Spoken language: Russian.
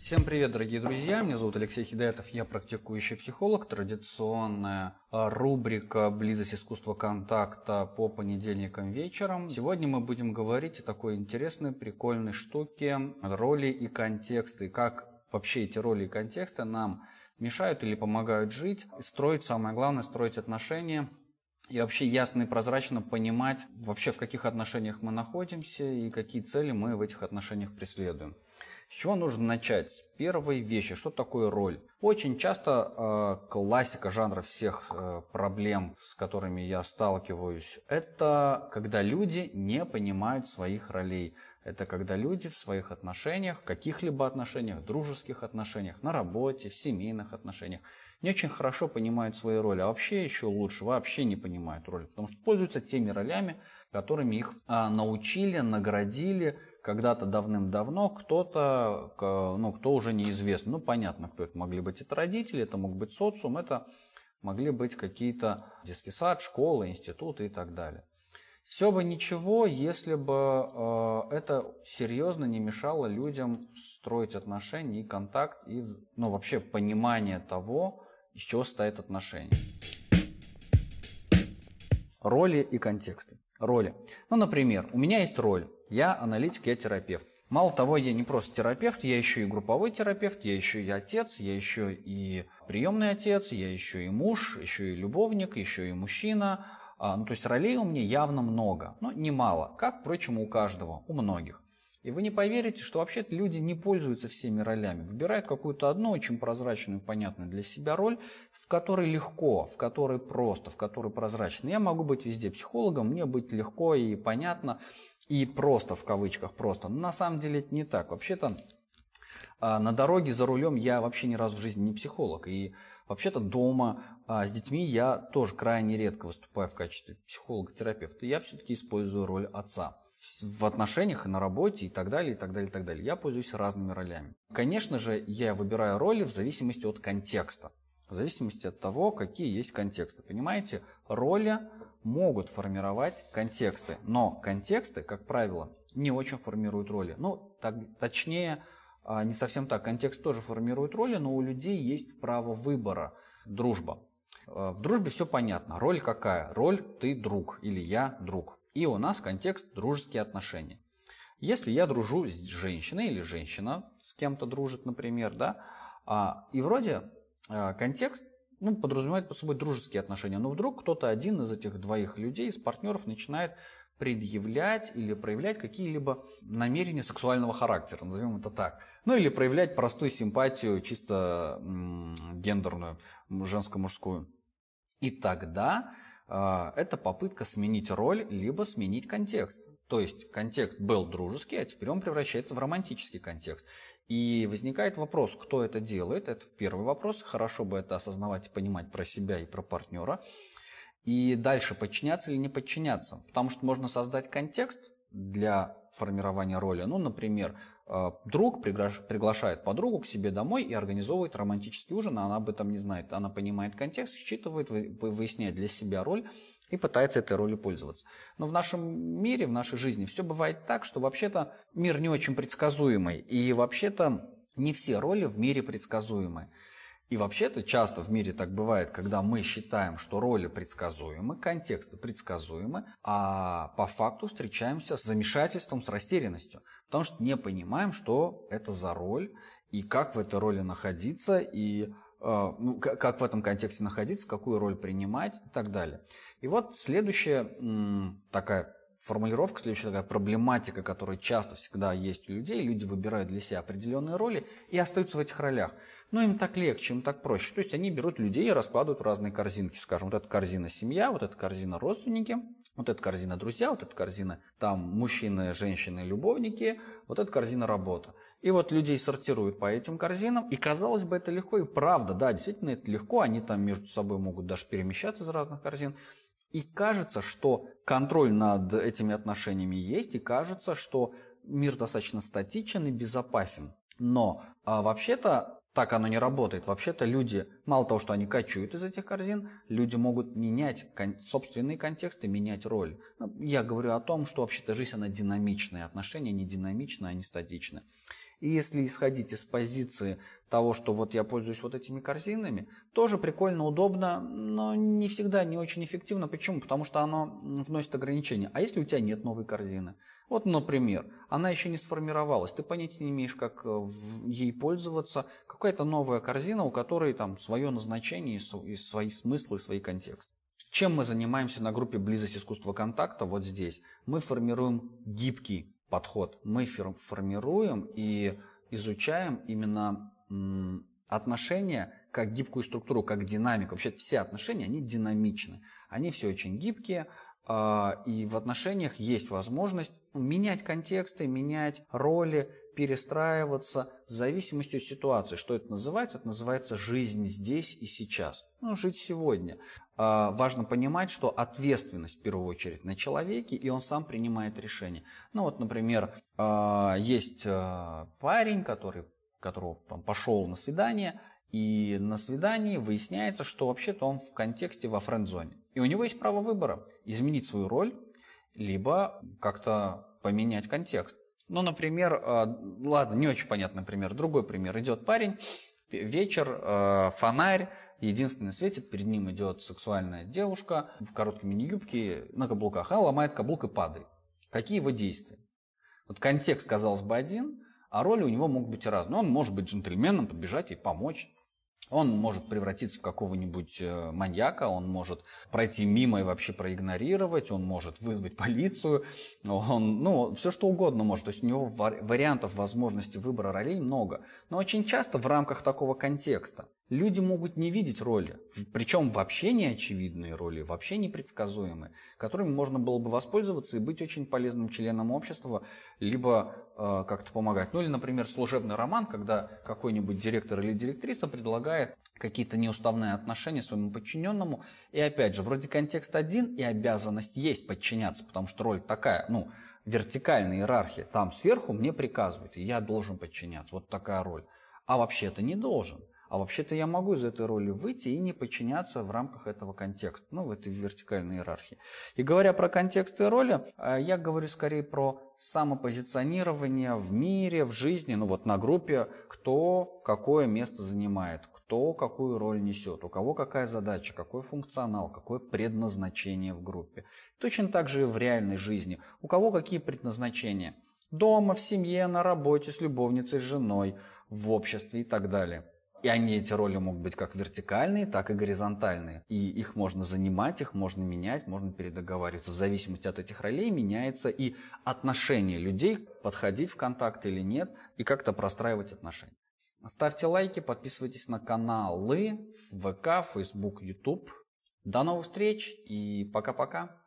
Всем привет, дорогие друзья! Меня зовут Алексей Хидаятов, я практикующий психолог. Традиционная рубрика «Близость искусства контакта» по понедельникам вечером. Сегодня мы будем говорить о такой интересной, прикольной штуке – роли и контексты. Как вообще эти роли и контексты нам мешают или помогают жить, и строить, самое главное, строить отношения. И вообще ясно и прозрачно понимать, вообще в каких отношениях мы находимся и какие цели мы в этих отношениях преследуем. С чего нужно начать? С первой вещи. Что такое роль? Очень часто классика жанра всех проблем, с которыми я сталкиваюсь, это когда люди не понимают своих ролей. Это когда люди в своих отношениях, каких-либо отношениях, дружеских отношениях, на работе, в семейных отношениях, не очень хорошо понимают свои роли. А вообще еще лучше, вообще не понимают роли. Потому что пользуются теми ролями, которыми их научили, наградили когда-то давным-давно кто-то, кто уже неизвестно. Ну, понятно, кто это могли быть. Это родители, это мог быть социум, это могли быть какие-то детский сад, школа, институты и так далее. Все бы ничего, если бы это серьезно не мешало людям строить отношения и контакт, и вообще понимание того, из чего состоят отношения. Роли и контексты. Роли. Например, у меня есть роль. Я аналитик, я терапевт. Мало того, я не просто терапевт, я еще и групповой терапевт, я еще и отец, я еще и приемный отец, я еще и муж, еще и любовник, еще и мужчина. То есть ролей у меня явно много, но немало, как, впрочем, у каждого, у многих. И вы не поверите, что вообще-то люди не пользуются всеми ролями, выбирают какую-то одну очень прозрачную, понятную для себя роль, в которой легко, в которой просто, в которой прозрачно. Я могу быть везде психологом, мне быть легко и понятно, и просто, в кавычках, просто. Но на самом деле это не так. Вообще-то на дороге за рулем я вообще ни разу в жизни не психолог. И вообще-то дома с детьми я тоже крайне редко выступаю в качестве психолога-терапевта. Я все-таки использую роль отца. В отношениях и на работе и так далее, и так далее, и так далее. Я пользуюсь разными ролями. Конечно же, я выбираю роли в зависимости от контекста. В зависимости от того, какие есть контексты. Понимаете, роли могут формировать контексты. Но контексты, как правило, не очень формируют роли. Точнее, не совсем так. Контекст тоже формирует роли, но у людей есть право выбора. Дружба. В дружбе все понятно. Роль какая? Роль ты друг или я друг. И у нас контекст дружеские отношения. Если я дружу с женщиной или женщина с кем-то дружит, например, и вроде контекст подразумевает под собой дружеские отношения, но вдруг кто-то один из этих двоих людей, из партнеров, начинает предъявлять или проявлять какие-либо намерения сексуального характера, назовем это так. Или проявлять простую симпатию, чисто гендерную, женско-мужскую. И тогда это попытка сменить роль, либо сменить контекст. То есть контекст был дружеский, а теперь он превращается в романтический контекст. И возникает вопрос, кто это делает. Это первый вопрос. Хорошо бы это осознавать и понимать про себя и про партнера. И дальше подчиняться или не подчиняться. Потому что можно создать контекст для формирования роли. Например, друг приглашает подругу к себе домой и организовывает романтический ужин, а она об этом не знает. Она понимает контекст, считывает, выясняет для себя роль и пытается этой ролью пользоваться. Но в нашем мире, в нашей жизни все бывает так, что вообще-то мир не очень предсказуемый. И вообще-то не все роли в мире предсказуемы. И вообще-то часто в мире так бывает, когда мы считаем, что роли предсказуемы, контексты предсказуемы, а по факту встречаемся с замешательством, с растерянностью. Потому что не понимаем, что это за роль, и как в этой роли находиться, и как в этом контексте находиться, какую роль принимать и так далее. И вот следующая такая формулировка, следующая такая проблематика, которая часто всегда есть у людей. Люди выбирают для себя определенные роли и остаются в этих ролях. Им так легче, им так проще. То есть они берут людей и раскладывают в разные корзинки. Скажем, вот эта корзина семья, вот эта корзина родственники, вот эта корзина друзья, вот эта корзина мужчины, женщины, любовники, вот эта корзина работа. И вот людей сортируют по этим корзинам, и казалось бы, это легко, и правда, да, действительно это легко, они там между собой могут даже перемещаться из разных корзин. И кажется, что контроль над этими отношениями есть, и кажется, что мир достаточно статичен и безопасен. Но вообще-то так оно не работает. Вообще-то люди, мало того, что они качают из этих корзин, люди могут менять собственные контексты, менять роль. Я говорю о том, что вообще-то жизнь, она динамичная, отношения не динамичные, они статичны. И если исходить из позиции того, что вот я пользуюсь вот этими корзинами, тоже прикольно, удобно, но не всегда не очень эффективно. Почему? Потому что оно вносит ограничения. А если у тебя нет новой корзины? Вот, например, она еще не сформировалась, ты понятия не имеешь, как ей пользоваться. Какая-то новая корзина, у которой там свое назначение и свои смыслы, и свои контексты. Чем мы занимаемся на группе «Близость искусства контакта» вот здесь? Мы формируем гибкий подход. Мы формируем и изучаем именно отношения как гибкую структуру, как динамику. Вообще все отношения, они динамичны. Они все очень гибкие. И в отношениях есть возможность менять контексты, менять роли, перестраиваться в зависимости от ситуации. Что это называется? Это называется жизнь здесь и сейчас. Жить сегодня. Важно понимать, что ответственность в первую очередь на человеке, и он сам принимает решения. Ну вот, например, есть парень, которого пошел на свидание, и на свидании выясняется, что вообще-то он в контексте во френд-зоне. И у него есть право выбора – изменить свою роль, либо как-то поменять контекст. Ну, например, ладно, не очень понятный пример. Другой пример. Идет парень, вечер, фонарь, единственный светит, перед ним идет сексуальная девушка в короткой мини-юбке, на каблуках, она ломает каблук и падает. Какие его действия? Вот контекст, казалось бы, один, а роли у него могут быть разные. Он может быть джентльменом, подбежать и помочь. Он может превратиться в какого-нибудь маньяка, он может пройти мимо и вообще проигнорировать, он может вызвать полицию, все что угодно может. То есть у него вариантов, возможностей выбора ролей много. Но очень часто в рамках такого контекста люди могут не видеть роли, причем вообще не очевидные роли, вообще непредсказуемые, которыми можно было бы воспользоваться и быть очень полезным членом общества, либо как-то помогать. Ну или, например, служебный роман, когда какой-нибудь директор или директриса предлагает какие-то неуставные отношения своему подчиненному. И опять же, вроде контекст один, и обязанность есть подчиняться, потому что роль такая, вертикальная иерархия. Там сверху мне приказывают, и я должен подчиняться. Вот такая роль. А вообще-то не должен. А вообще-то я могу из этой роли выйти и не подчиняться в рамках этого контекста, в этой вертикальной иерархии. И говоря про контексты и роли, я говорю скорее про самопозиционирование в мире, в жизни, на группе, кто какое место занимает, кто какую роль несет, у кого какая задача, какой функционал, какое предназначение в группе. Точно так же и в реальной жизни, у кого какие предназначения. Дома, в семье, на работе, с любовницей, с женой, в обществе и так далее. И эти роли могут быть как вертикальные, так и горизонтальные. И их можно занимать, их можно менять, можно передоговариваться. В зависимости от этих ролей меняется и отношение людей, подходить в контакт или нет, и как-то простраивать отношения. Ставьте лайки, подписывайтесь на каналы в ВК, Facebook, YouTube. До новых встреч и пока-пока.